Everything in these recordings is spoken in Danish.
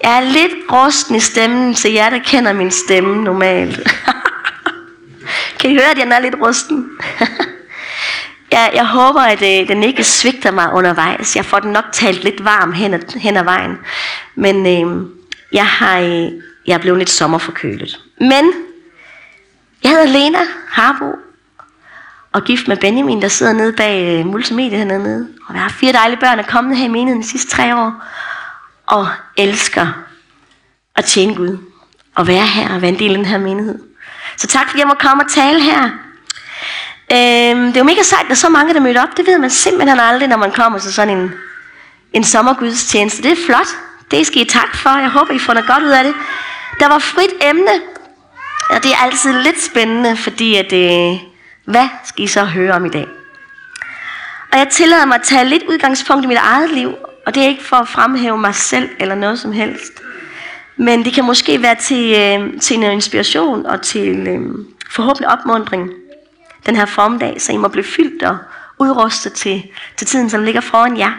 Jeg er lidt rusten i stemmen, så jer, der kender min stemme normalt. Kan I høre, at jeg er lidt rusten? Jeg håber, at den ikke svigter mig undervejs. Jeg får den nok talt lidt varm hen ad vejen. Men jeg er blevet lidt sommerforkølet. Men jeg hedder Lena Harbo, og gift med Benjamin, der sidder nede bag multimedia hernede. Og jeg har 4 dejlige børn, der er kommet her i menigheden de sidste 3 år. Og elsker at tjene Gud. Og være her og være en del af den her menighed. Så tak fordi jeg må komme og tale her. Det er jo mega sejt, at der er så mange, der mødte op. Det ved man simpelthen aldrig, når man kommer til sådan en sommergudstjeneste. Det er flot. Det skal I tak for. Jeg håber, I får noget godt ud af det. Der var frit emne. Og det er altid lidt spændende, fordi at, hvad skal I så høre om i dag? Og jeg tillader mig at tage lidt udgangspunkt i mit eget liv. Og det er ikke for at fremhæve mig selv eller noget som helst. Men det kan måske være til en inspiration og til forhåbentlig opmuntring den her formiddag, så I må blive fyldt og udrustet til tiden, som ligger foran jer.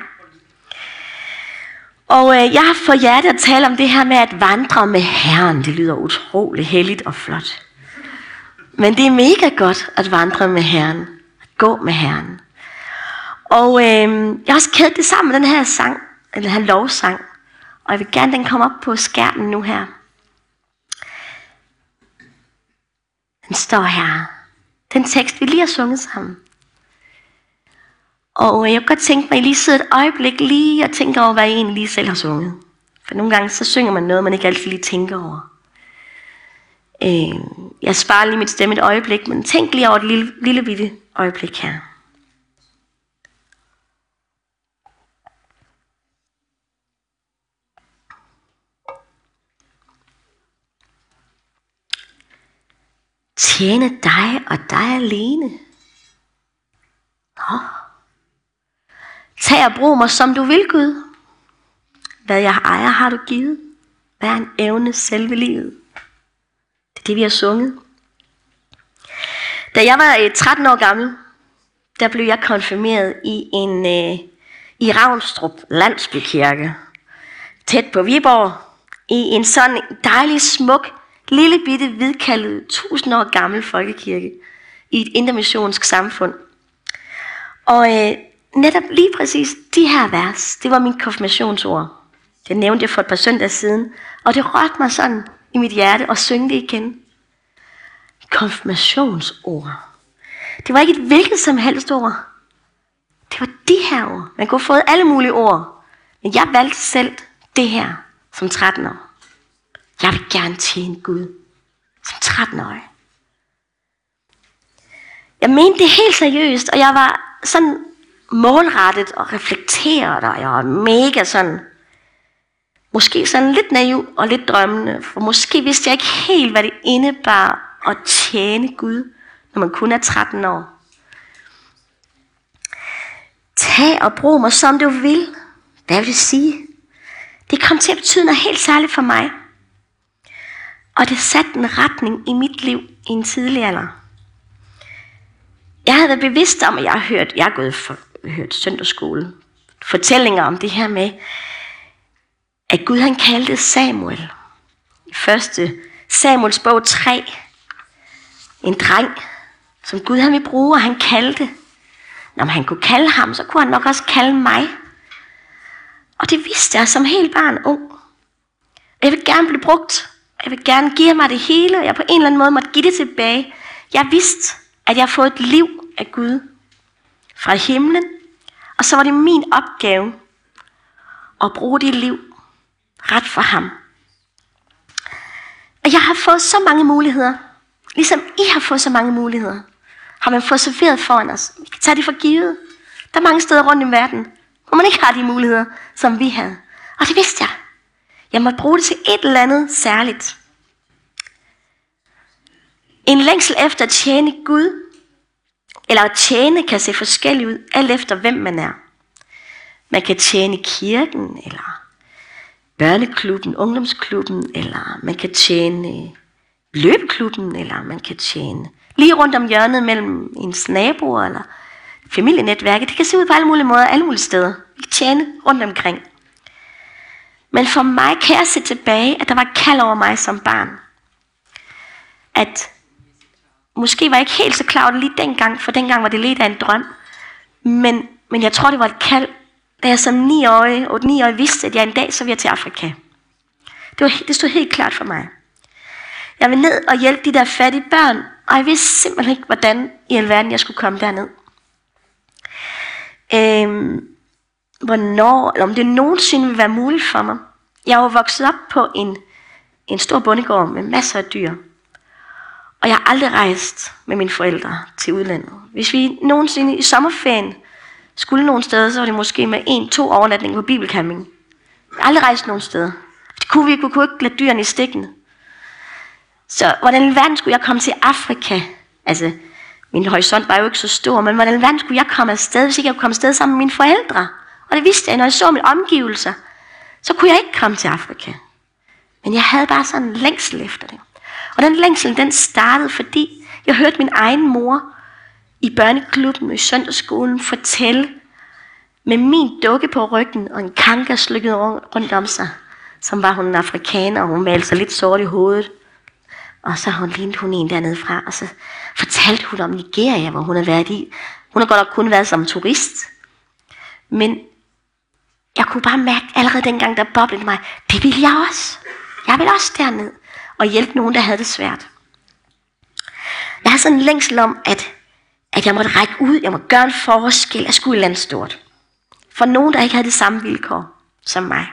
Og jeg har fået hjertet at tale om det her med at vandre med Herren. Det lyder utroligt helligt og flot. Men det er mega godt at vandre med Herren. At gå med Herren. Og jeg har også kædet det sammen med den her sang, eller den her lovsang. Og jeg vil gerne, den komme op på skærmen nu her. Den står her. Den tekst, vi lige har sunget sammen. Og jeg kunne godt tænke mig, at I lige sidder et øjeblik lige og tænker over, hvad I egentlig lige selv har sunget. For nogle gange, så synger man noget, man ikke altid lige tænker over. Jeg sparer lige mit stemme et øjeblik, men tænk lige over et lille bitte øjeblik her. Tjene dig og dig alene. Tag og brug mig som du vil, Gud. Hvad jeg ejer har du givet. Hvad er en evne selve livet. Det er det vi har sunget. Da jeg var 13 år gammel, der blev jeg konfirmeret i Ravnstrup landsbykirke. Tæt på Viborg. I en sådan dejlig smuk lille bitte hvidkaldet 1000 år gammel folkekirke i et intermissionsk samfund. Og netop lige præcis de her vers, det var min konfirmationsord. Det nævnte jeg for et par søndage siden, og det rørte mig sådan i mit hjerte at synge det igen. Konfirmationsord. Det var ikke et hvilket som helst ord. Det var de her ord. Man kunne have fået alle mulige ord, men jeg valgte selv det her som 13 år. Jeg vil gerne tjene Gud som 13-årig. Jeg mente det helt seriøst, og jeg var sådan målrettet og reflekteret, og jeg var mega sådan, måske sådan lidt naiv og lidt drømmende, for måske vidste jeg ikke helt, hvad det indebar at tjene Gud, når man kun er 13 år. Tag og brug mig som du vil. Hvad vil det sige? Det kom til at betyde noget helt særligt for mig. Og det satte en retning i mit liv i en tidlig alder. Jeg havde været bevidst om, at jeg har hørt søndagsskole. Fortællinger om det her med, at Gud han kaldte Samuel. I 1. Samuels bog 3. En dreng, som Gud han ville bruge, og han kaldte. Når han kunne kalde ham, så kunne han nok også kalde mig. Og det vidste jeg som helt barn ung. Jeg vil gerne blive brugt. Jeg vil gerne give mig det hele, og jeg på en eller anden måde måtte give det tilbage. Jeg vidste, at jeg har fået et liv af Gud fra himlen, og så var det min opgave at bruge det liv ret for ham. Og jeg har fået så mange muligheder, ligesom I har fået så mange muligheder, har man fået serveret foran os. Vi kan tage det for givet. Der er mange steder rundt i verden, hvor man ikke har de muligheder, som vi havde. Og det vidste jeg. Jeg måtte bruge det til et eller andet særligt. En længsel efter at tjene Gud, eller at tjene kan se forskelligt ud, alt efter hvem man er. Man kan tjene kirken, eller børneklubben, ungdomsklubben, eller man kan tjene løbeklubben, eller man kan tjene lige rundt om hjørnet mellem ens naboer, eller familienetværket. Det kan se ud på alle mulige måder, alle mulige steder. Vi kan tjene rundt omkring. Men for mig kan jeg se tilbage, at der var et kald over mig som barn. At måske var jeg ikke helt så klar over det lige dengang, for dengang var det lidt af en drøm. Men jeg tror, det var et kald, da jeg som 8-9-årig vidste, at jeg en dag så ville jeg til Afrika. Det stod helt klart for mig. Jeg ville ned og hjælpe de der fattige børn, og jeg vidste simpelthen ikke, hvordan i alverden jeg skulle komme derned. Hvornår, eller om det nogensinde ville være muligt for mig. Jeg var vokset op på en stor bondegård med masser af dyr. Og jeg har aldrig rejst med mine forældre til udlandet. Hvis vi nogensinde i sommerferien skulle nogen steder, så var det måske med 1-2 overnatninger på bibelcamping. Jeg har aldrig rejst nogen steder. Det kunne vi kunne ikke lade dyrene i stikken. Så hvordan i verden skulle jeg komme til Afrika? Altså, min horisont var jo ikke så stor, men hvordan i verden skulle jeg komme afsted, hvis ikke jeg kunne komme afsted sammen med mine forældre? Og det vidste jeg, når jeg så mine omgivelser, så kunne jeg ikke komme til Afrika. Men jeg havde bare sådan en længsel efter det. Og den længsel, den startede, fordi jeg hørte min egen mor i børneklubben i søndagsskolen fortælle med min dukke på ryggen og en kanker slykket rundt om sig, som var hun en afrikaner, og hun malede sig lidt sort i hovedet. Og så lignede hun en dernede fra, og så fortalte hun om Nigeria, hvor hun havde været i. Hun har godt nok kun været som turist. Men jeg kunne bare mærke allerede dengang, der boblede mig, det ville jeg også. Jeg ville også derned og hjælpe nogen, der havde det svært. Jeg havde sådan en længsel om, at jeg måtte række ud, jeg måtte gøre en forskel, jeg skulle i land stort. For nogen, der ikke havde det samme vilkår som mig.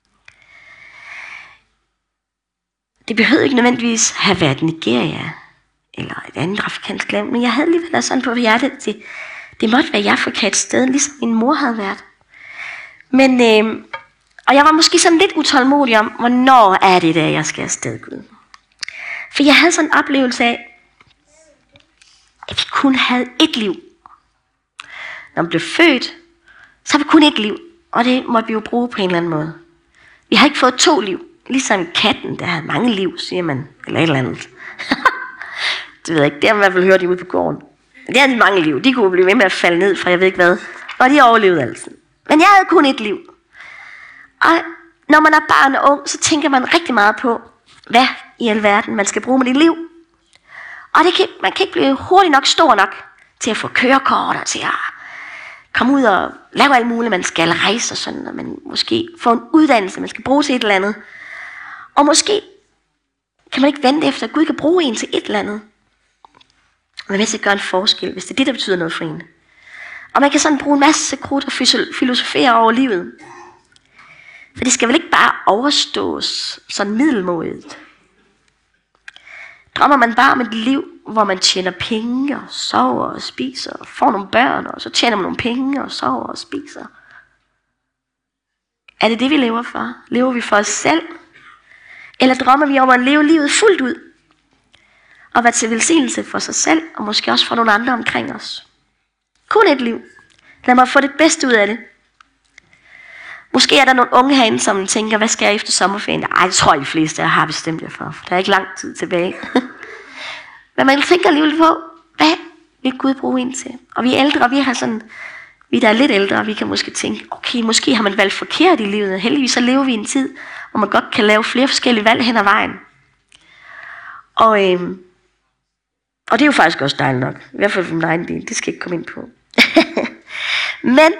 Det behøvede ikke nødvendigvis have været Nigeria, eller et andet afrikansk land, men jeg havde alligevel været sådan på hjertet, det måtte være i Afrika et sted, ligesom min mor havde været. Men, og jeg var måske sådan lidt utålmodig om, hvornår er det der, jeg skal afsted, Gud. For jeg havde sådan en oplevelse af, at vi kun havde ét liv. Når man blev født, så har vi kun ét liv, og det måtte vi jo bruge på en eller anden måde. Vi har ikke fået 2 liv, ligesom katten, der havde mange liv, siger man, eller et eller andet. Det ved jeg ikke, det har man i hvert fald hørt ude på gården. Det havde de mange liv, de kunne blive ved med at falde ned, for jeg ved ikke hvad, og de overlevede altid. Men jeg havde kun ét liv. Og når man er barn og ung, så tænker man rigtig meget på, hvad i alverden man skal bruge med dit liv. Og man kan ikke blive hurtigt nok stor nok til at få kørekort og til at komme ud og lave alt muligt, man skal rejse og sådan, og man måske få en uddannelse, man skal bruge til et eller andet. Og måske kan man ikke vente efter, at Gud kan bruge en til et eller andet. Men hvis det gør en forskel, hvis det er det, der betyder noget for en. Og man kan sådan bruge en masse krudt og filosofere over livet. For det skal vel ikke bare overstås sådan middelmådigt. Drømmer man bare om et liv, hvor man tjener penge og sover og spiser og får nogle børn, og så tjener man nogle penge og sover og spiser. Er det det, vi lever for? Lever vi for os selv? Eller drømmer vi om at leve livet fuldt ud? Og være til velsignelse for sig selv, og måske også for nogle andre omkring os. Kun et liv. Lad mig få det bedste ud af det. Måske er der nogle unge herinde, som tænker, hvad skal jeg efter sommerferien? Ej, det tror jeg de fleste, jeg har bestemt jer for der er ikke lang tid tilbage. Men man tænker alligevel på, hvad vil Gud bruge en til? Og vi er ældre, vi der er lidt ældre, vi kan måske tænke, okay, måske har man valgt forkert i livet. Heldigvis så lever vi i en tid, hvor man godt kan lave flere forskellige valg hen ad vejen. Og det er jo faktisk også dejligt nok. I hvert fald for min egen del. Det skal jeg ikke komme ind på. Men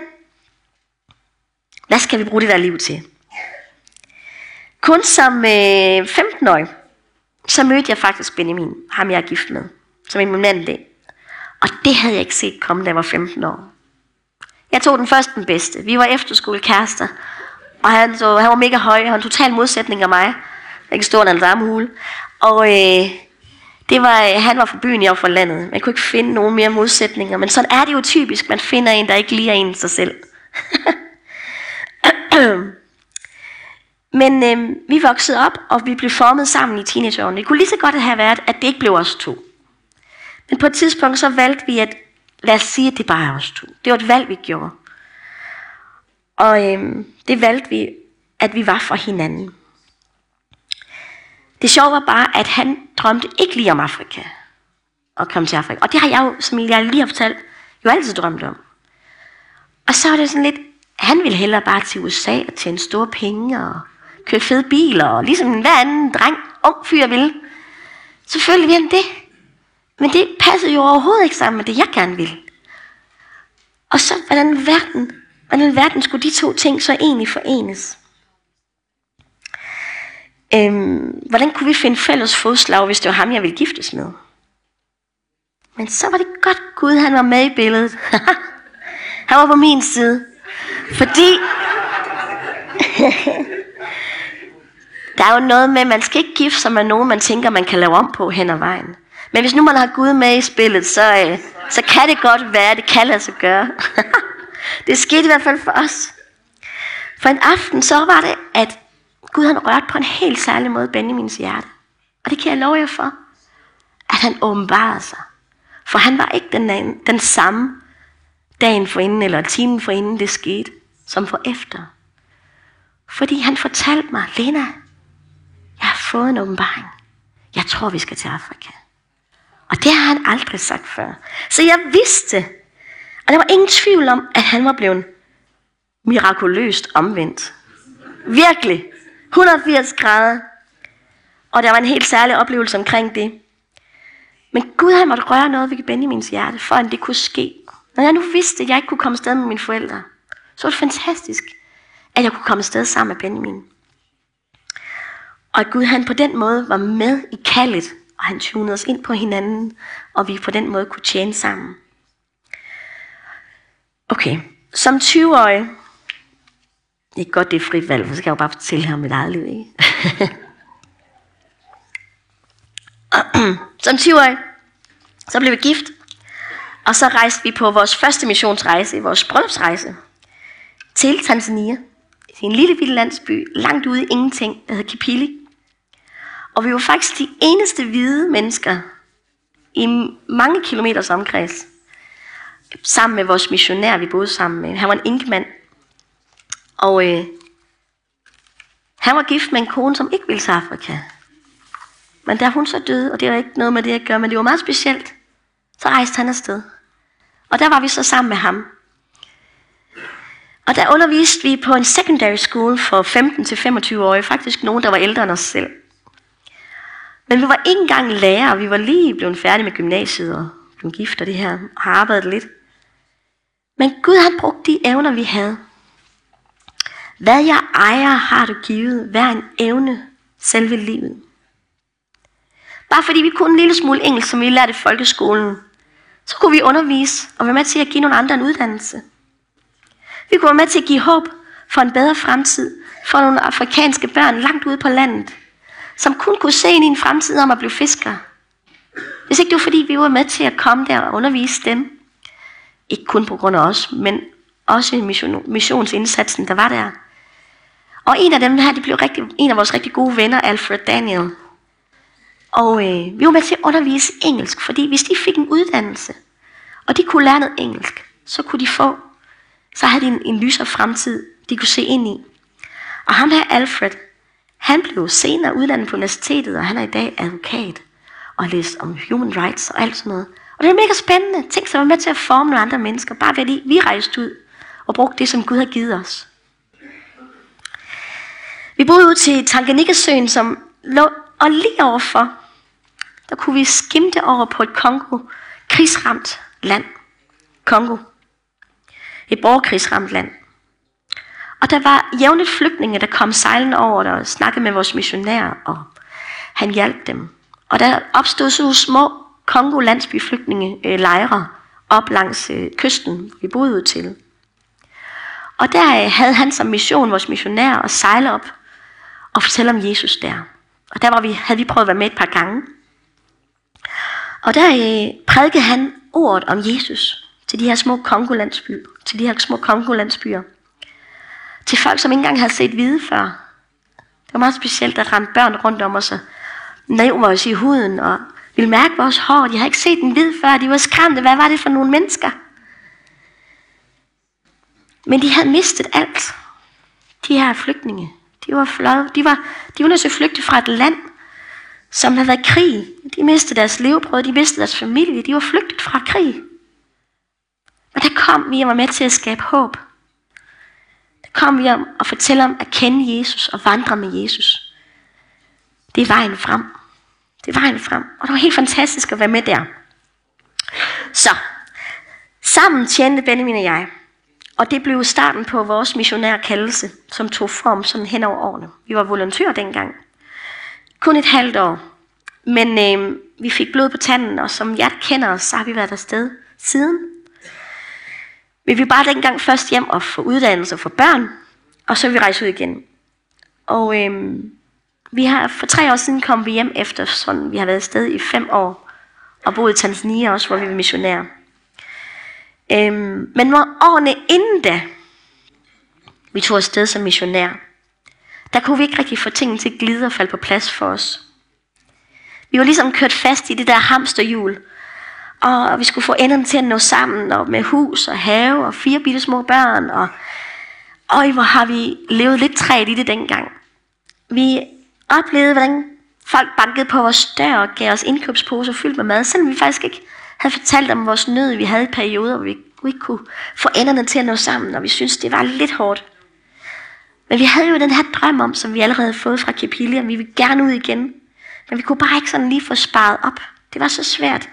hvad skal vi bruge det der liv til? Kun som 15-årig, så mødte jeg faktisk Benjamin, ham jeg er gift med, som en anden dag. Og det havde jeg ikke set komme, da jeg var 15 år. Jeg tog den første den bedste. Vi var efterskolekærester, og han var mega høj, og han total modsætning af mig. Jeg kan stå en armhule. Og han var fra byen, jeg var fra landet. Man kunne ikke finde nogen mere modsætninger, men sådan er det jo typisk. Man finder en, der ikke liger en sig selv. Men vi voksede op, og vi blev formet sammen i teenageårene. Det kunne lige så godt have været, at det ikke blev os to. Men på et tidspunkt så valgte vi, at lad os sige, at det bare er os to. Det var et valg, vi gjorde. Og det valgte vi, at vi var for hinanden. Det sjove var bare, at han drømte ikke lige om Afrika. Og kom til Afrika. Og det har jeg jo, som jeg lige har fortalt, jo altid drømt om. Og så var det sådan lidt, han ville hellere bare til USA og tjene store penge og køre fede biler, og ligesom hver anden ung fyr ville. Selvfølgelig ville han det. Men det passede jo overhovedet ikke sammen med det, jeg gerne ville. Og så, hvordan verden skulle de to ting så egentlig forenes? Hvordan kunne vi finde fælles fodslag, hvis det var ham, jeg ville giftes med? Men så var det godt Gud, han var med i billedet. Han var på min side. Fordi der er jo noget med, man skal ikke gifte sig med nogen, man tænker, man kan lave om på hen ad vejen. Men hvis nu man har Gud med i spillet, så kan det godt være, det kan lade sig gøre. Det skete i hvert fald for os. For en aften, så var det, at Gud han rørte på en helt særlig måde Benjamins hjerte. Og det kan jeg love jer for, at han åbenbarede sig. For han var ikke den samme dagen forinden eller timen forinden det skete, som for efter. Fordi han fortalte mig, Lena, jeg har fået en åbenbaring. Jeg tror, vi skal til Afrika. Og det har han aldrig sagt før. Så jeg vidste, og der var ingen tvivl om, at han var blevet mirakuløst omvendt. Virkelig. 180 grader. Og der var en helt særlig oplevelse omkring det. Men Gud han måtte røre noget ved Benjamins hjerte, for at det kunne ske. Når jeg nu vidste, at jeg ikke kunne komme afsted med mine forældre, så var det fantastisk, at jeg kunne komme afsted sammen med Benjamin. Og at Gud han på den måde var med i kaldet, og han tunede os ind på hinanden, og vi på den måde kunne tjene sammen. Okay, som 20-årig, det er godt, det er frit valg, for så kan jeg jo bare fortælle her om mit eget liv, ikke? Som 20-årig, så blev vi gift, og så rejste vi på vores første missionsrejse, vores bryllupsrejse, til Tanzania, i en lille bitte landsby, langt ude i ingenting, der hedder Kipili. Og vi var faktisk de eneste hvide mennesker i mange kilometers omkreds, sammen med vores missionær, vi boede sammen med. Han var en enkemand, og han var gift med en kone, som ikke ville til Afrika. Men da hun så døde, og det var ikke noget med det at gøre, men det var meget specielt, så rejste han afsted. Og der var vi så sammen med ham. Og der underviste vi på en secondary school for 15 til 25-årige, faktisk nogen, der var ældre end os selv. Men vi var ikke engang lærere, vi var lige blevet færdige med gymnasiet og blevet gift og det her, og har arbejdet lidt. Men Gud han brugte de evner, vi havde. Hvad jeg ejer, har du givet, hver en evne, selve livet. Bare fordi vi kunne en lille smule engelsk, som vi lærte i folkeskolen, så kunne vi undervise og være med til at give nogle andre en uddannelse. Vi kunne være med til at give håb for en bedre fremtid for nogle afrikanske børn langt ude på landet, som kun kunne se ind i en fremtid om at blive fiskere. Hvis ikke det var fordi, vi var med til at komme der og undervise dem. Ikke kun på grund af os, men også i missionsindsatsen, der var der. Og en af dem her, det blev en af vores rigtig gode venner, Alfred Daniel. Og vi var med til at undervise engelsk, fordi hvis de fik en uddannelse, og de kunne lære noget engelsk, så havde de en lysere fremtid, de kunne se ind i. Og ham her, Alfred, han blev senere uddannet på universitetet, og han er i dag advokat, og har læst om human rights og alt sådan noget. Og det er mega spændende. Tænk sig at være med til at forme nogle andre mennesker, bare ved at vi rejste ud og brugte det, som Gud har givet os. Vi boede ud til Tanganyika-søen, som lå, og lige overfor, der kunne vi skimte over på et krigsramt land. Kongo. Et borgerkrigsramt land. Og der var jævnligt flygtninge, der kom sejlende over der og snakkede med vores missionær, og han hjalp dem. Og der opstod så små Kongo-landsbyflygtninge-lejre op langs kysten, vi boede ud til. Og der havde han som mission, vores missionær, at sejle op og fortælle om Jesus der. Og der havde vi prøvet at være med et par gange. Og der prædikede han ordet om Jesus til de her små Kongo-landsbyer. Til folk, som ikke engang havde set hvide før. Det var meget specielt, der rendte børn rundt om os og næv os i huden og ville mærke vores hår. De havde ikke set en hvid før, de var skræmte. Hvad var det for nogle mennesker? Men de havde mistet alt. De her flygtninge. De var nødt til at flygte fra et land, som havde været krig. De mistede deres levebrød, de mistede deres familie. De var flygtet fra krig. Og der kom vi og var med til at skabe håb. Der kommer vi om og fortæller om at kende Jesus og vandre med Jesus. Det er vejen frem. Det er vejen frem. Og det var helt fantastisk at være med der. Så, sammen tjente Benjamin og jeg. Og det blev starten på vores missionære kaldelse, som tog form sådan hen over årene. Vi var volontører dengang. Kun et halvt år. Men vi fik blod på tanden, og som jeg kender os, så har vi været afsted siden. Vi vil bare dengang først hjem og få uddannelse for børn, og så vil vi rejse ud igen. Og vi har for 3 år siden kommet vi hjem efter sådan, vi har været afsted i 5 år, og boet i Tanzania også, hvor vi var missionærer. Men årene inden da, vi tog afsted som missionær, der kunne vi ikke rigtig få tingene til at glide og falde på plads for os. Vi var ligesom kørt fast i det der hamsterhjul, og vi skulle få enderne til at nå sammen, og med hus og have og 4 bitte små børn, og hvor har vi levet lidt træt i det dengang. Vi oplevede, hvordan folk bankede på vores dør og gav os indkøbsposer fyldt med mad, selvom vi faktisk ikke havde fortalt om vores nød, vi havde i perioder, hvor vi ikke kunne få enderne til at nå sammen, og vi syntes, det var lidt hårdt. Men vi havde jo den her drøm om, som vi allerede havde fået fra Kepilia, vi ville gerne ud igen. Men vi kunne bare ikke sådan lige få sparet op. Det var så svært.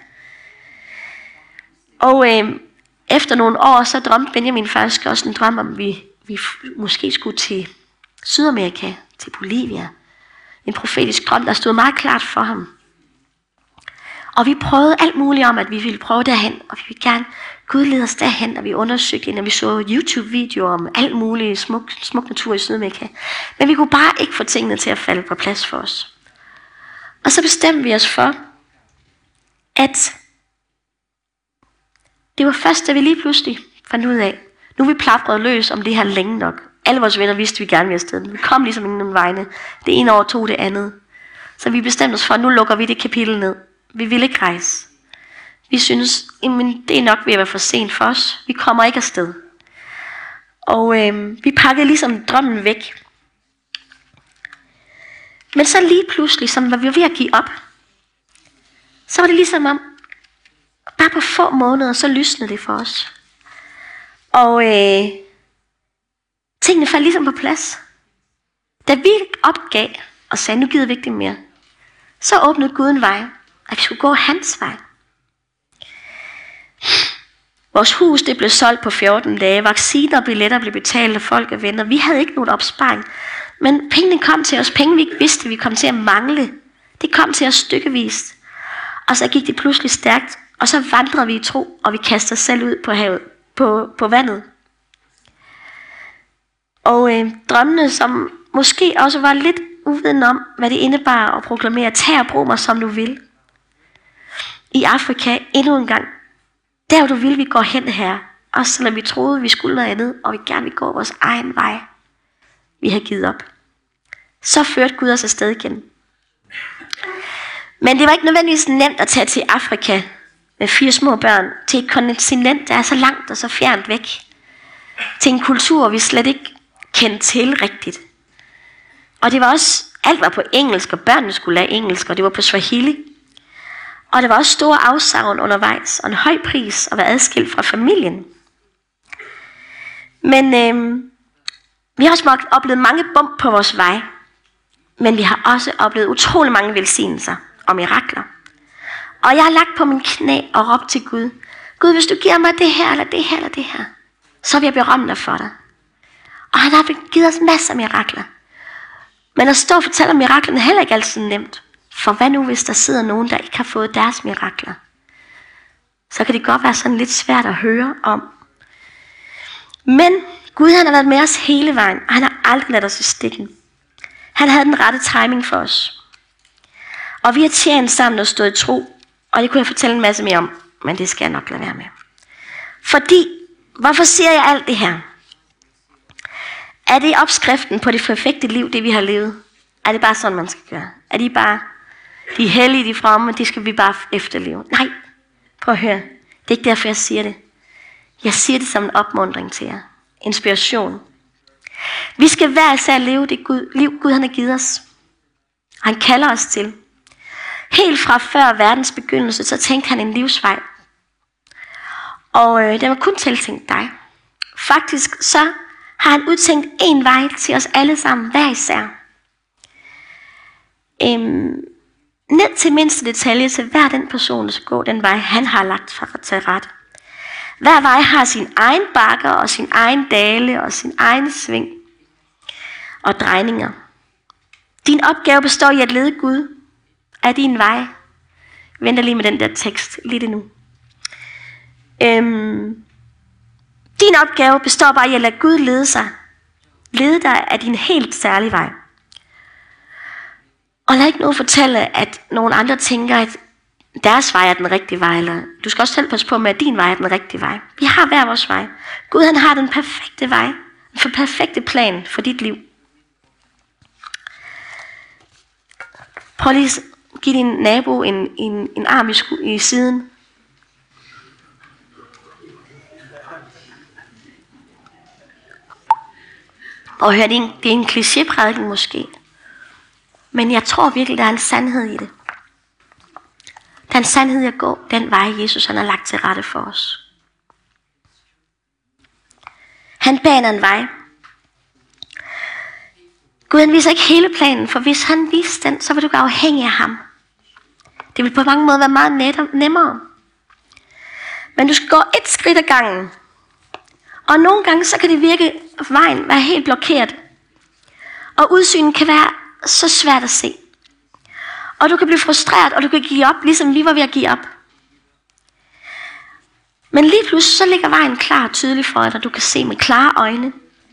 Og efter nogle år, så drømte Benjamin faktisk også en drøm om, vi måske skulle til Sydamerika, til Bolivia. En profetisk drøm, der stod meget klart for ham. Og vi prøvede alt muligt om, at vi ville prøve derhen, og vi ville gerne Gud lede os derhen, og vi undersøgte, når vi så YouTube-videoer om alt muligt smuk natur i Sydamerika. Men vi kunne bare ikke få tingene til at falde på plads for os. Og så bestemte vi os for, at det var først, da vi lige pludselig fandt ud af, nu er vi plapret løs om det her længe nok. Alle vores venner vidste, vi gerne ville afsted. Vi kom ligesom ingen vegne. Det ene år tog det andet. Så vi bestemte os for, at nu lukker vi det kapitel ned. Vi vil ikke rejse. Vi synes, jamen, det er nok ved at være for sent for os. Vi kommer ikke afsted. Og vi pakkede ligesom drømmen væk. Men så lige pludselig, som var vi ved at give op, så var det ligesom om, bare på få måneder, så lysnede det for os. Og tingene faldt ligesom på plads. Da vi opgav og sagde, nu gider vi ikke det mere, så åbnede Gud en vej, at vi skulle gå hans vej. Vores hus det blev solgt på 14 dage. Vacciner og billetter blev betalt af folk og venner. Vi havde ikke nogen opsparing. Men pengene kom til os. Penge vi ikke vidste, vi kom til at mangle. Det kom til os stykkevist. Og så gik det pludselig stærkt. Og så vandrede vi i tro, og vi kastede os selv ud på havet, på vandet. Og drømmene, som måske også var lidt uviden om, hvad det indebar at proklamere, tag og brug mig som du vil. I Afrika endnu en gang. Der hvor du vil, vi går hen her. Også selvom vi troede, vi skulle noget andet, og vi gerne vil gå vores egen vej. Vi har givet op. Så førte Gud os afsted igen. Men det var ikke nødvendigvis nemt at tage til Afrika med 4 små børn, til et kontinent, der er så langt og så fjernt væk. Til en kultur, vi slet ikke kendte til rigtigt. Og det var også, alt var på engelsk, og børnene skulle lære engelsk, og det var på Swahili. Og der var også store afsavn undervejs, og en høj pris at være adskilt fra familien. Men vi har også oplevet mange bump på vores vej. Men vi har også oplevet utrolig mange velsignelser og mirakler. Og jeg har lagt på min knæ og råbt til Gud. Gud, hvis du giver mig det her, eller det her, eller det her, så vil jeg berømme dig for dig. Og han har givet os masser af mirakler. Men at stå og fortælle om miraklerne er heller ikke altid nemt. For hvad nu, hvis der sidder nogen, der ikke har fået deres mirakler? Så kan det godt være sådan lidt svært at høre om. Men Gud han har været med os hele vejen, og han har aldrig ladt os i stikken. Han havde den rette timing for os. Og vi har tjent sammen og stået i tro, og det kunne jeg fortælle en masse mere om, men det skal jeg nok lade være med. Fordi, hvorfor siger jeg alt det her? Er det opskriften på det perfekte liv, det vi har levet? Er det bare sådan, man skal gøre? Er de bare de hellige, de fremme, det skal vi bare efterleve? Nej, prøv at høre. Det er ikke derfor, jeg siger det. Jeg siger det som en opmuntring til jer. Inspiration. Vi skal hver især leve det liv, Gud han har givet os. Han kalder os til. Helt fra før verdens begyndelse, så tænkte han en livsvej. Og den var kun tiltænkt dig. Faktisk så har han udtænkt en vej til os alle sammen, hver især. Ned til mindste detalje til hver den person, der skal gå den vej, han har lagt for til rette. Hver vej har sin egen bakker og sin egen dale og sin egen sving og drejninger. Din opgave består i at lede Gud af din vej. Jeg venter lige med den der tekst lidt nu. Din opgave består bare i at lade Gud lede dig af din helt særlige vej. Og lad ikke nogen fortælle, at nogen andre tænker, at deres vej er den rigtige vej. Eller du skal også selv passe på med, at din vej er den rigtige vej. Vi har hver vores vej. Gud han har den perfekte vej. Den perfekte plan for dit liv. Prøv lige at give din nabo en arm i siden. Og hør, det er en klichéprædiken måske. Men jeg tror virkelig, der er en sandhed i det. Der er en sandhed i at gå den vej, Jesus han har lagt til rette for os. Han baner en vej. Gud han viser ikke hele planen, for hvis han viste den, så vil du gå afhængig af ham. Det vil på mange måder være meget nemmere. Men du skal gå et skridt ad gangen. Og nogle gange så kan det virke, at vejen være helt blokeret. Og udsynet kan være så svært at se. Og du kan blive frustreret, og du kan give op, ligesom vi var ved at give op. Men lige pludselig så ligger vejen klar og tydelig for dig, og du kan se med klare øjne.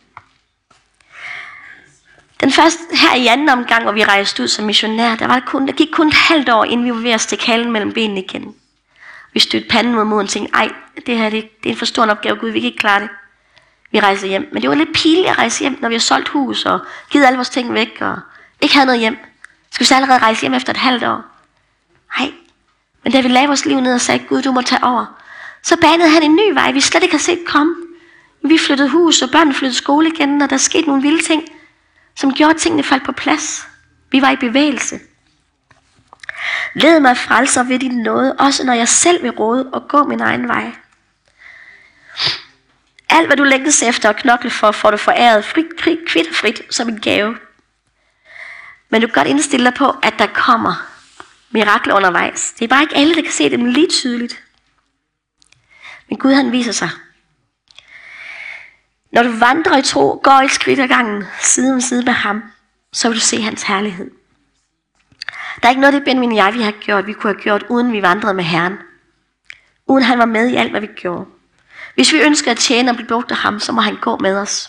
Den første her i anden omgang, hvor vi rejste ud som missionær, der gik kun et halvt år, inden vi var ved at stikke halen mellem benene igen. Vi stødte panden mod moden og tænkte, ej, det er en for stor en opgave, Gud, vi kan ikke klare det. Vi rejste hjem. Men det var lidt pinligt at rejse hjem, når vi har solgt hus og givet alle vores ting væk og ikke havde noget hjem. Skal vi så allerede rejse hjem efter et halvt år? Nej. Men da vi lagde vores liv ned og sagde, Gud, du må tage over, så banede han en ny vej, vi slet ikke har set komme. Vi flyttede hus, og børnene flyttede skole igen, og der skete nogle vilde ting, som gjorde, at tingene faldt på plads. Vi var i bevægelse. Led mig frelser ved din nåde, også når jeg selv vil råde og gå min egen vej. Alt hvad du længes efter og knokle for, får du foræret kvit og frit som en gave. Men du kan godt indstille dig på, at der kommer mirakler undervejs. Det er bare ikke alle, der kan se dem lige tydeligt. Men Gud han viser sig. Når du vandrer i tro, går et skridt ad gangen, side om side med ham, så vil du se hans herlighed. Der er ikke noget, det Benjamin og jeg, vi kunne have gjort, uden vi vandrede med Herren. Uden han var med i alt, hvad vi gjorde. Hvis vi ønsker at tjene og blive brugt af ham, så må han gå med os.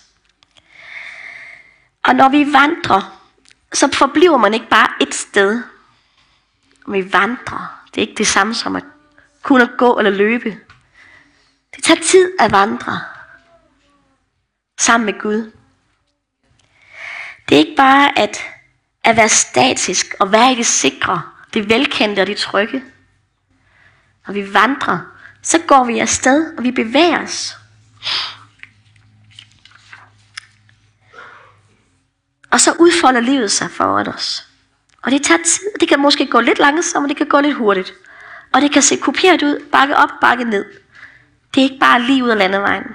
Og når vi vandrer, så forbliver man ikke bare et sted. Når vi vandrer, det er ikke det samme som at kunne gå eller løbe. Det tager tid at vandre sammen med Gud. Det er ikke bare at være statisk og være i det sikre, det velkendte og det trygge. Når vi vandrer, så går vi afsted, og vi bevæger os. Og så udfolder livet sig foran os. Og det tager tid. Det kan måske gå lidt langsomt, og det kan gå lidt hurtigt. Og det kan se kopieret ud, bakke op, bakke ned. Det er ikke bare lige ud af landevejen.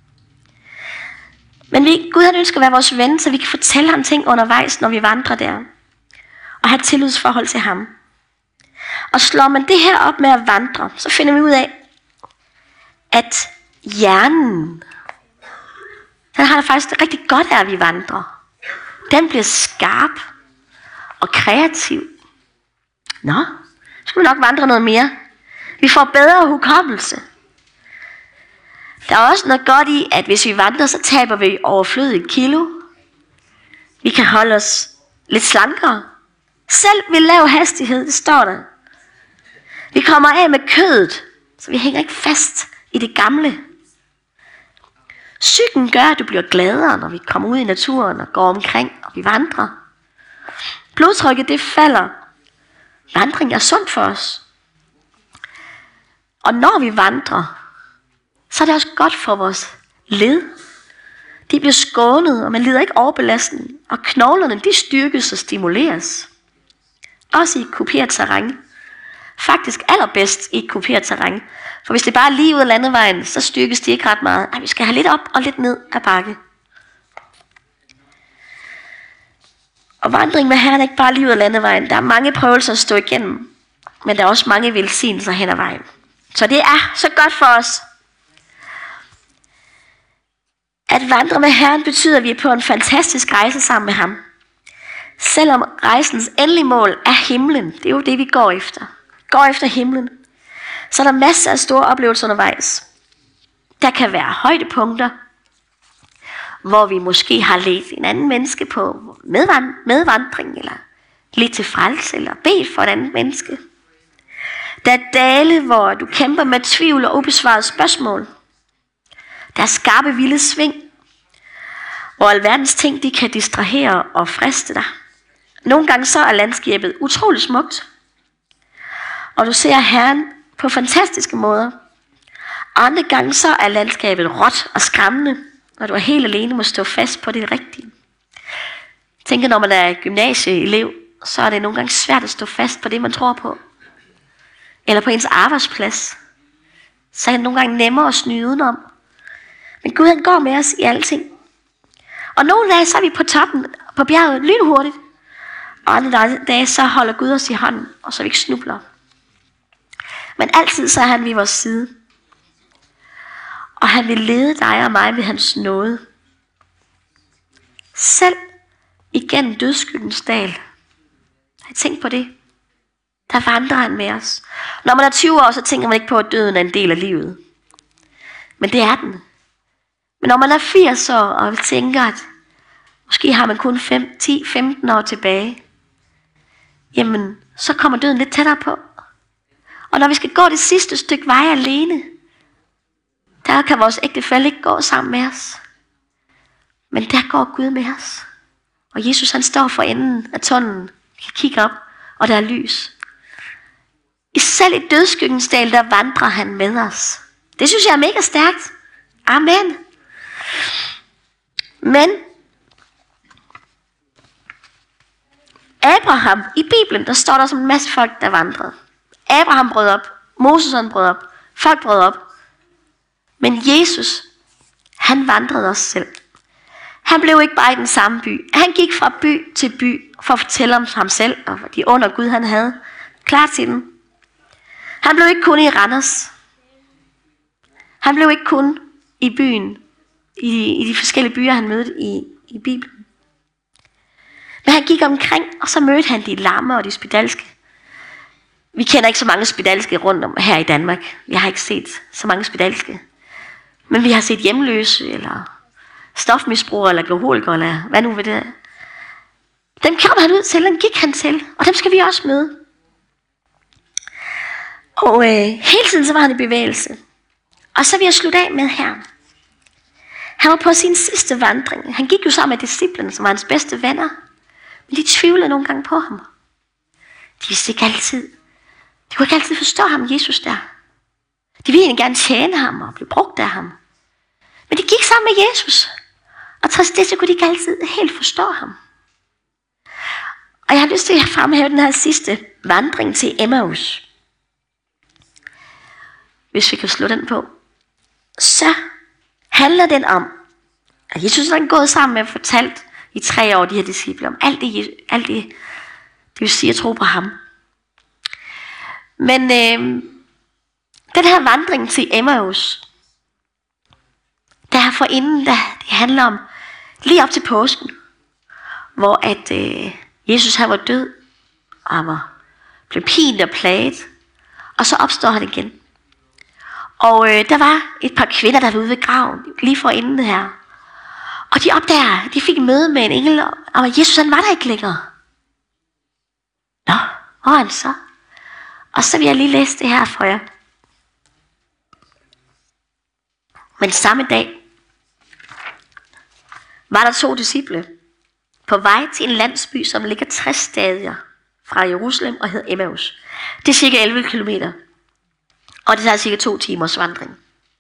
Men Gud han ønsker at være vores ven, så vi kan fortælle ham ting undervejs, når vi vandrer der. Og have et tillidsforhold til ham. Og slår man det her op med at vandre, så finder vi ud af, at hjernen, den har det faktisk rigtig godt af, at vi vandrer. Den bliver skarp og kreativ. Nå, så skal vi nok vandre noget mere. Vi får bedre hukommelse. Der er også noget godt i, at hvis vi vandrer, så taber vi overflødige kilo. Vi kan holde os lidt slankere. Selv ved lav hastighed, det står der. Vi kommer af med kødet, så vi hænger ikke fast i det gamle. Cyklen gør, at du bliver gladere, når vi kommer ud i naturen og går omkring, og vi vandrer. Blodtrykket, det falder. Vandring er sundt for os. Og når vi vandrer, så er det også godt for vores led. De bliver skånet, og man lider ikke overbelastning. Og knoglerne, de styrkes og stimuleres. Også i et kuperet terræn. Faktisk allerbedst i et kuperet terræn. For hvis det bare er lige ud af landevejen, så styrkes de ikke ret meget. Nej, vi skal have lidt op og lidt ned ad bakke. Og vandring med Herren er ikke bare livet af landevejen. Der er mange prøvelser at stå igennem. Men der er også mange velsignelser hen ad vejen. Så det er så godt for os. At vandre med Herren betyder, at vi er på en fantastisk rejse sammen med ham. Selvom rejsens endelige mål er himlen, det er jo det, vi går efter. Går efter himlen. Så er der masser af store oplevelser undervejs. Der kan være højdepunkter, hvor vi måske har ledt en anden menneske på medvandring, eller lidt til frelse, eller bedt for et andet menneske. Der er dale, hvor du kæmper med tvivl og ubesvarede spørgsmål. Der er skarpe, vilde sving, hvor alverdens ting de kan distrahere og friste dig. Nogle gange så er landskabet utroligt smukt, og du ser Herren på fantastiske måder. Andre gange så er landskabet råt og skræmmende, når du er helt alene må stå fast på det rigtige. Jeg tænker, når man er gymnasieelev, så er det nogle gange svært at stå fast på det, man tror på. Eller på ens arbejdsplads. Så er det nogle gange nemmere at snyde udenom. Men Gud han går med os i alting. Og nogle dage så er vi på toppen på bjerget lynhurtigt. Og andre dage så holder Gud os i hånden, og så vi ikke snubler. Men altid så er han ved vores side. Og han vil lede dig og mig ved hans nåde. Selv igennem dødsskyldens dal. Har I tænkt på det? Der vandrer han med os. Når man er 20 år, så tænker man ikke på, at døden er en del af livet. Men det er den. Men når man er 80 år, og vi tænker, at måske har man kun 10-15 år tilbage, jamen, så kommer døden lidt tættere på. Og når vi skal gå det sidste stykke vej alene, der kan vores ægtefælle ikke gå sammen med os. Men der går Gud med os. Og Jesus han står for enden af tunnelen. Vi kan kigge op, og der er lys. Selv i dødsskyggens dal, der vandrer han med os. Det synes jeg er mega stærkt. Amen. Men Abraham, i Bibelen, der står der som en masse folk, der vandrede. Abraham brød op. Moses han brød op. Folk brød op. Men Jesus, han vandrede også selv. Han blev ikke bare i den samme by. Han gik fra by til by for at fortælle om ham selv og de under Gud, han havde klar til dem. Han blev ikke kun i Randers. Han blev ikke kun i byen, i de forskellige byer, han mødte i Bibelen. Men han gik omkring, og så mødte han de lamme og de spedalske. Vi kender ikke så mange spedalske rundt om her i Danmark. Vi har ikke set så mange spedalske. Men vi har set hjemløse, eller stofmisbrugere, eller alkoholikere, eller hvad nu ved det. Dem kom han ud til, dem gik han til, og dem skal vi også møde. Og hele tiden så var han i bevægelse. Og så vil jeg slutte af med her. Han var på sin sidste vandring. Han gik jo sammen med disciplene, som var hans bedste venner. Men de tvivlede nogle gange på ham. De vidste ikke altid. De kunne ikke altid forstå ham, Jesus der. De ville egentlig gerne tjene ham og blive brugt af ham. Men de gik sammen med Jesus. Og trods det, så kunne de ikke altid helt forstå ham. Og jeg har lyst til at fremhæve den her sidste vandring til Emmaus. Hvis vi kan slå den på. Så handler den om, at Jesus har gået sammen med og fortalt i 3 år de her disciple om alt det vil sige at tro på ham. Men den her vandring til Emmaus, der er forinden, det handler om lige op til påsken, hvor at Jesus han var død, og han blev pint og plaget, og så opstår han igen. Og der var et par kvinder, der var ude ved graven, lige forinden her. Og de opdager, de fik møde med en engel, og Jesus han var der ikke længere. Nå, hvor er han så? Og så vil jeg lige læse det her for jer. Men samme dag var der 2 disciple på vej til en landsby, som ligger 60 stadier fra Jerusalem og hedder Emmaus. Det er cirka 11 kilometer. Og det tager cirka 2 timers vandring.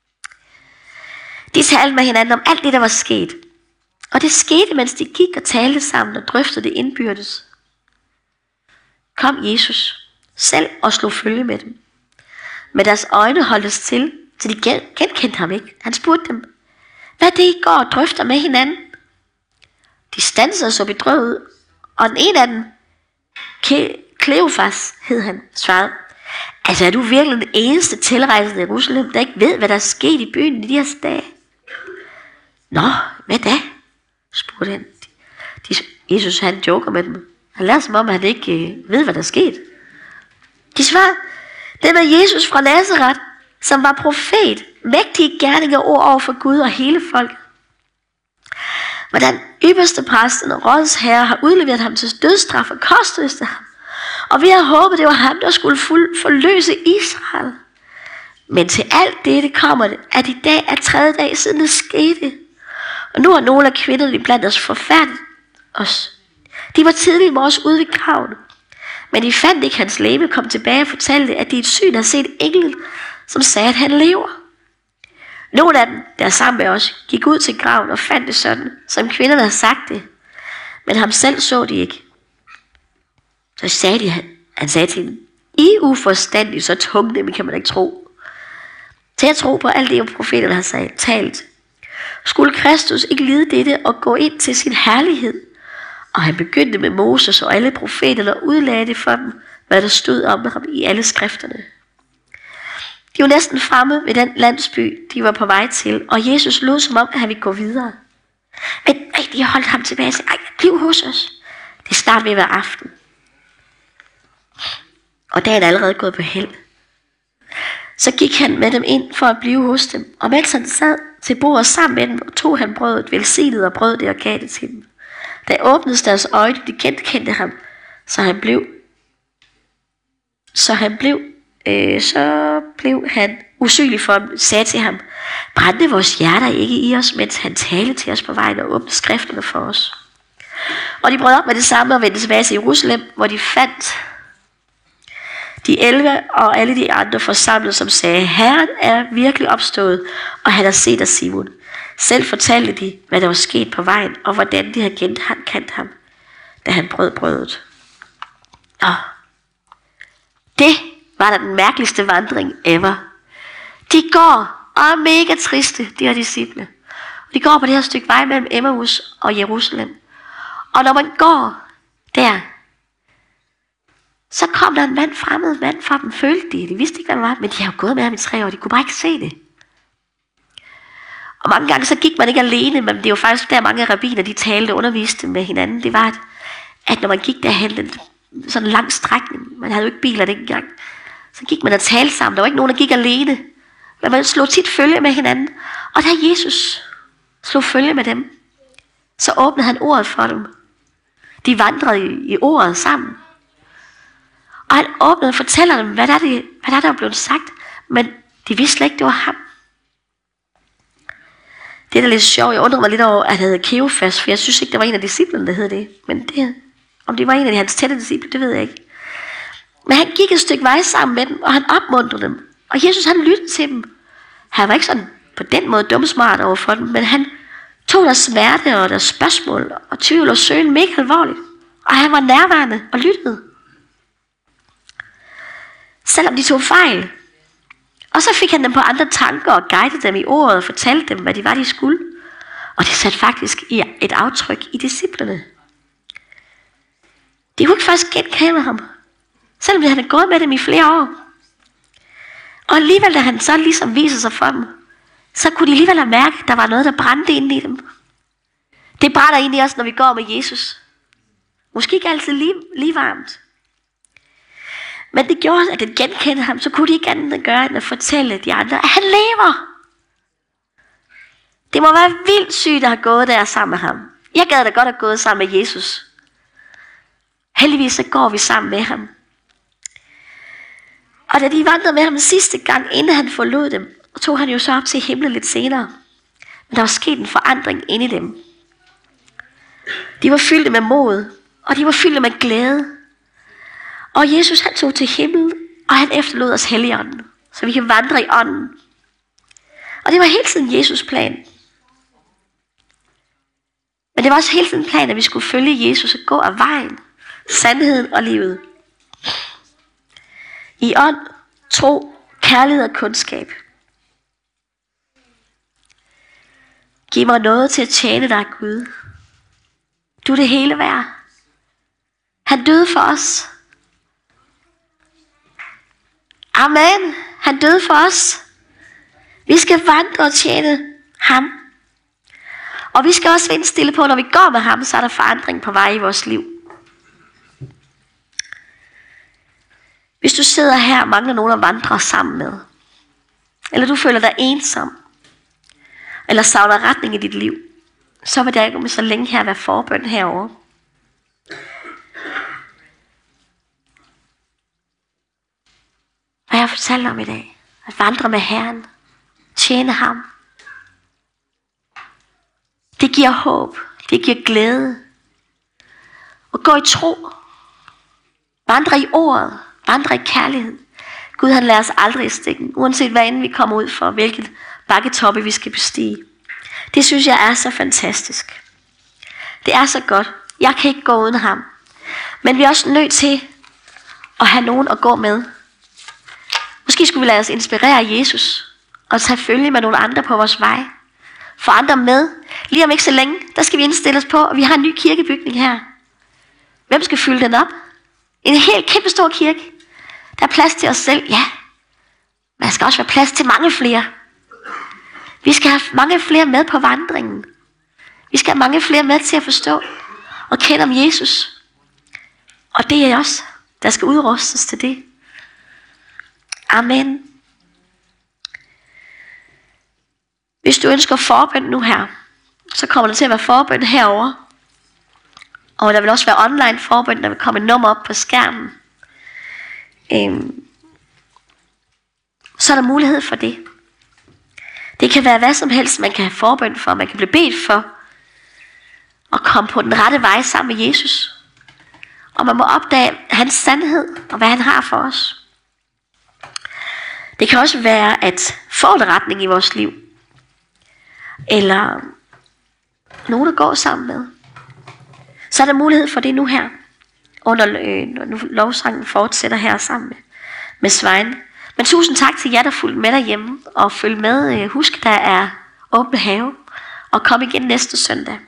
De talte med hinanden om alt det, der var sket. Og det skete, mens de gik og talte sammen og drøftede det indbyrdes. Kom Jesus selv og slog følge med dem. Men deres øjne holdtes til, så de genkendte ham ikke. Han spurgte dem, hvad det I går og drøfter med hinanden? De standsede og så bedrøvet ud, Og den ene af dem, Kleofas hed han, svarede, altså er du virkelig den eneste tilrejsende i Jerusalem, der ikke ved, hvad der er sket i byen i de her dage? Nå, hvad da? Spurgte han. Jesus han joker med dem. Han lader som om, han ikke ved, hvad der er sket. De svarede, det var Jesus fra Nazareth, som var profet, mægtige gerninger ord over for Gud og hele folket. Hvordan ypperste præsten og rådets herre har udleveret ham til dødsstraf og korsfæstet ham. Og vi havde håbet, det var ham, der skulle forløse Israel. Men til alt dette kommer det, at i dag er 3. dag siden det skete. Og nu har nogle af kvinderne blandt os forfærdet os. De var tidligt i morges ude ved graven. Men de fandt ikke hans legeme, kom tilbage og fortalte, at de i et syn havde set engel, som sagde, at han lever. Nogle af dem, der sammen med os, gik ud til graven og fandt det sådan, som kvinderne havde sagt det. Men ham selv så de ikke. Så sagde han sagde til dem, I er uforstandige, så tungnemme kan man ikke tro. Til at tro på alt det, profeterne har talt. Skulle Kristus ikke lide dette og gå ind til sin herlighed? Og han begyndte med Moses og alle profeterne og udlagde det for dem, hvad der stod om ham i alle skrifterne. De var næsten fremme ved den landsby, de var på vej til, og Jesus lod som om, at han ville gå videre. Men de holdt ham tilbage og sagde, bliv hos os. Det er snart ved at være aften. Og dagen er allerede gået på held. Så gik han med dem ind for at blive hos dem, og mens han sad til bordet sammen med dem, tog han brødet, velsignede og brød det og gav det til dem. Da åbnedes deres øjne, de genkendte ham, så blev han usynlig for dem, sagde til ham, brændte vores hjerter ikke i os, mens han talte til os på vejen og åbnede skrifterne for os. Og de brød op med det samme og vendte tilbage til Jerusalem, hvor de fandt de 11 og alle de andre forsamlet, som sagde, Herren er virkelig opstået, og han har set os, Simon. Selv fortalte de, hvad der var sket på vejen, og hvordan de havde kendt ham, da han brød brødet. Og det var da den mærkeligste vandring ever. De går og er mega triste, de her disciple. De går på det her stykke vej mellem Emmaus og Jerusalem. Og når man går der, så kom der en fremmed mand fra dem, følte de. De vidste ikke, hvad det var, men de har jo gået med ham i 3 år, de kunne bare ikke se det. Og mange gange så gik man ikke alene, men det er jo faktisk der mange rabbiner, de talte og underviste med hinanden. Det var, at når man gik derhen, sådan en lang strækning, man havde jo ikke biler dengang, så gik man og talte sammen. Der var ikke nogen, der gik alene, men man slog tit følge med hinanden. Og da Jesus slog følge med dem, så åbnede han ordet for dem. De vandrede i ordet sammen. Og han åbnede og fortæller dem, hvad der er blevet sagt, men de vidste slet ikke, det var ham. Det er da lidt sjovt. Jeg undrede mig lidt over, at han hed Kleofas, for jeg synes ikke, der var en af disciplene, der hed det. Men om det var en af hans tætte disciple, det ved jeg ikke. Men han gik et stykke vej sammen med dem, og han opmuntrede dem. Og Jesus, han lyttede til dem. Han var ikke sådan på den måde dumsmart over for dem, men han tog deres smerte og deres spørgsmål og tvivl og søgen mega alvorligt. Og han var nærværende og lyttede. Selvom de tog fejl. Og så fik han dem på andre tanker og guidede dem i ordet og fortalte dem, hvad de var, de skulle. Og det satte faktisk et aftryk i disciplene. De kunne ikke faktisk genkende ham, selvom de havde gået med dem i flere år. Og alligevel, da han så ligesom viser sig for dem, så kunne de alligevel mærke, at der var noget, der brændte inde i dem. Det brænder ind i os, når vi går med Jesus. Måske ikke altid lige varmt. Men det gjorde, at den genkendte ham, så kunne de ikke andet gøre, end at fortælle de andre, at han lever. Det må være vildt sygt at have gået der sammen med ham. Jeg gad da godt have gået sammen med Jesus. Heldigvis så går vi sammen med ham. Og da de vandrede med ham sidste gang, inden han forlod dem, tog han jo så op til himlen lidt senere. Men der var sket en forandring inde i dem. De var fyldte med mod, og de var fyldte med glæde. Og Jesus han tog til himlen, og han efterlod os Helligånden, så vi kan vandre i ånden. Og det var hele tiden Jesus' plan. Men det var også hele tiden plan, at vi skulle følge Jesus og gå af vejen, sandheden og livet. I ånd, tro, kærlighed og kundskab. Giv mig noget til at tjene dig, Gud. Du er det hele værd. Han døde for os. Amen. Han døde for os. Vi skal vandre og tjene ham. Og vi skal også være indstillet på, når vi går med ham, så er der forandring på vej i vores liv. Hvis du sidder her og mangler nogen at vandre sammen med, eller du føler dig ensom, eller savner retning i dit liv, så vil jeg ikke så længe her være forbøn herovre. Hvad jeg fortæller om i dag, at vandre med Herren, tjene ham, det giver håb, det giver glæde, og gå i tro, vandre i ordet, vandre i kærlighed. Gud han lader os aldrig i stikken, uanset hvad end vi kommer ud for, hvilket bakketoppe vi skal bestige. Det synes jeg er så fantastisk. Det er så godt. Jeg kan ikke gå uden ham. Men vi er også nødt til at have nogen at gå med. Måske skulle vi lade os inspirere af Jesus, og tage følge med nogle andre på vores vej. Få andre med. Lige om ikke så længe, der skal vi indstille os på, og vi har en ny kirkebygning her. Hvem skal fylde den op? En helt kæmpe stor kirke. Der er plads til os selv, ja. Men der skal også være plads til mange flere. Vi skal have mange flere med på vandringen. Vi skal have mange flere med til at forstå og kende om Jesus. Og det er os, der skal udrustes til det. Amen. Hvis du ønsker forbøn nu her, så kommer der til at være forbøn herovre. Og der vil også være online forbøn, der vil komme et nummer op på skærmen. Så er der mulighed for det. Det kan være hvad som helst, man kan have forbøn for. Man kan blive bedt for at komme på den rette vej sammen med Jesus. Og man må opdage hans sandhed og hvad han har for os. Det kan også være at få en retning i vores liv. Eller nogen at gå sammen med. Så er der mulighed for det nu her. Under nu lovsangen fortsætter her sammen med Svein. Men tusind tak til jer, der fulgte med derhjemme. Og følg med. Husk, der er åbne have. Og kom igen næste søndag.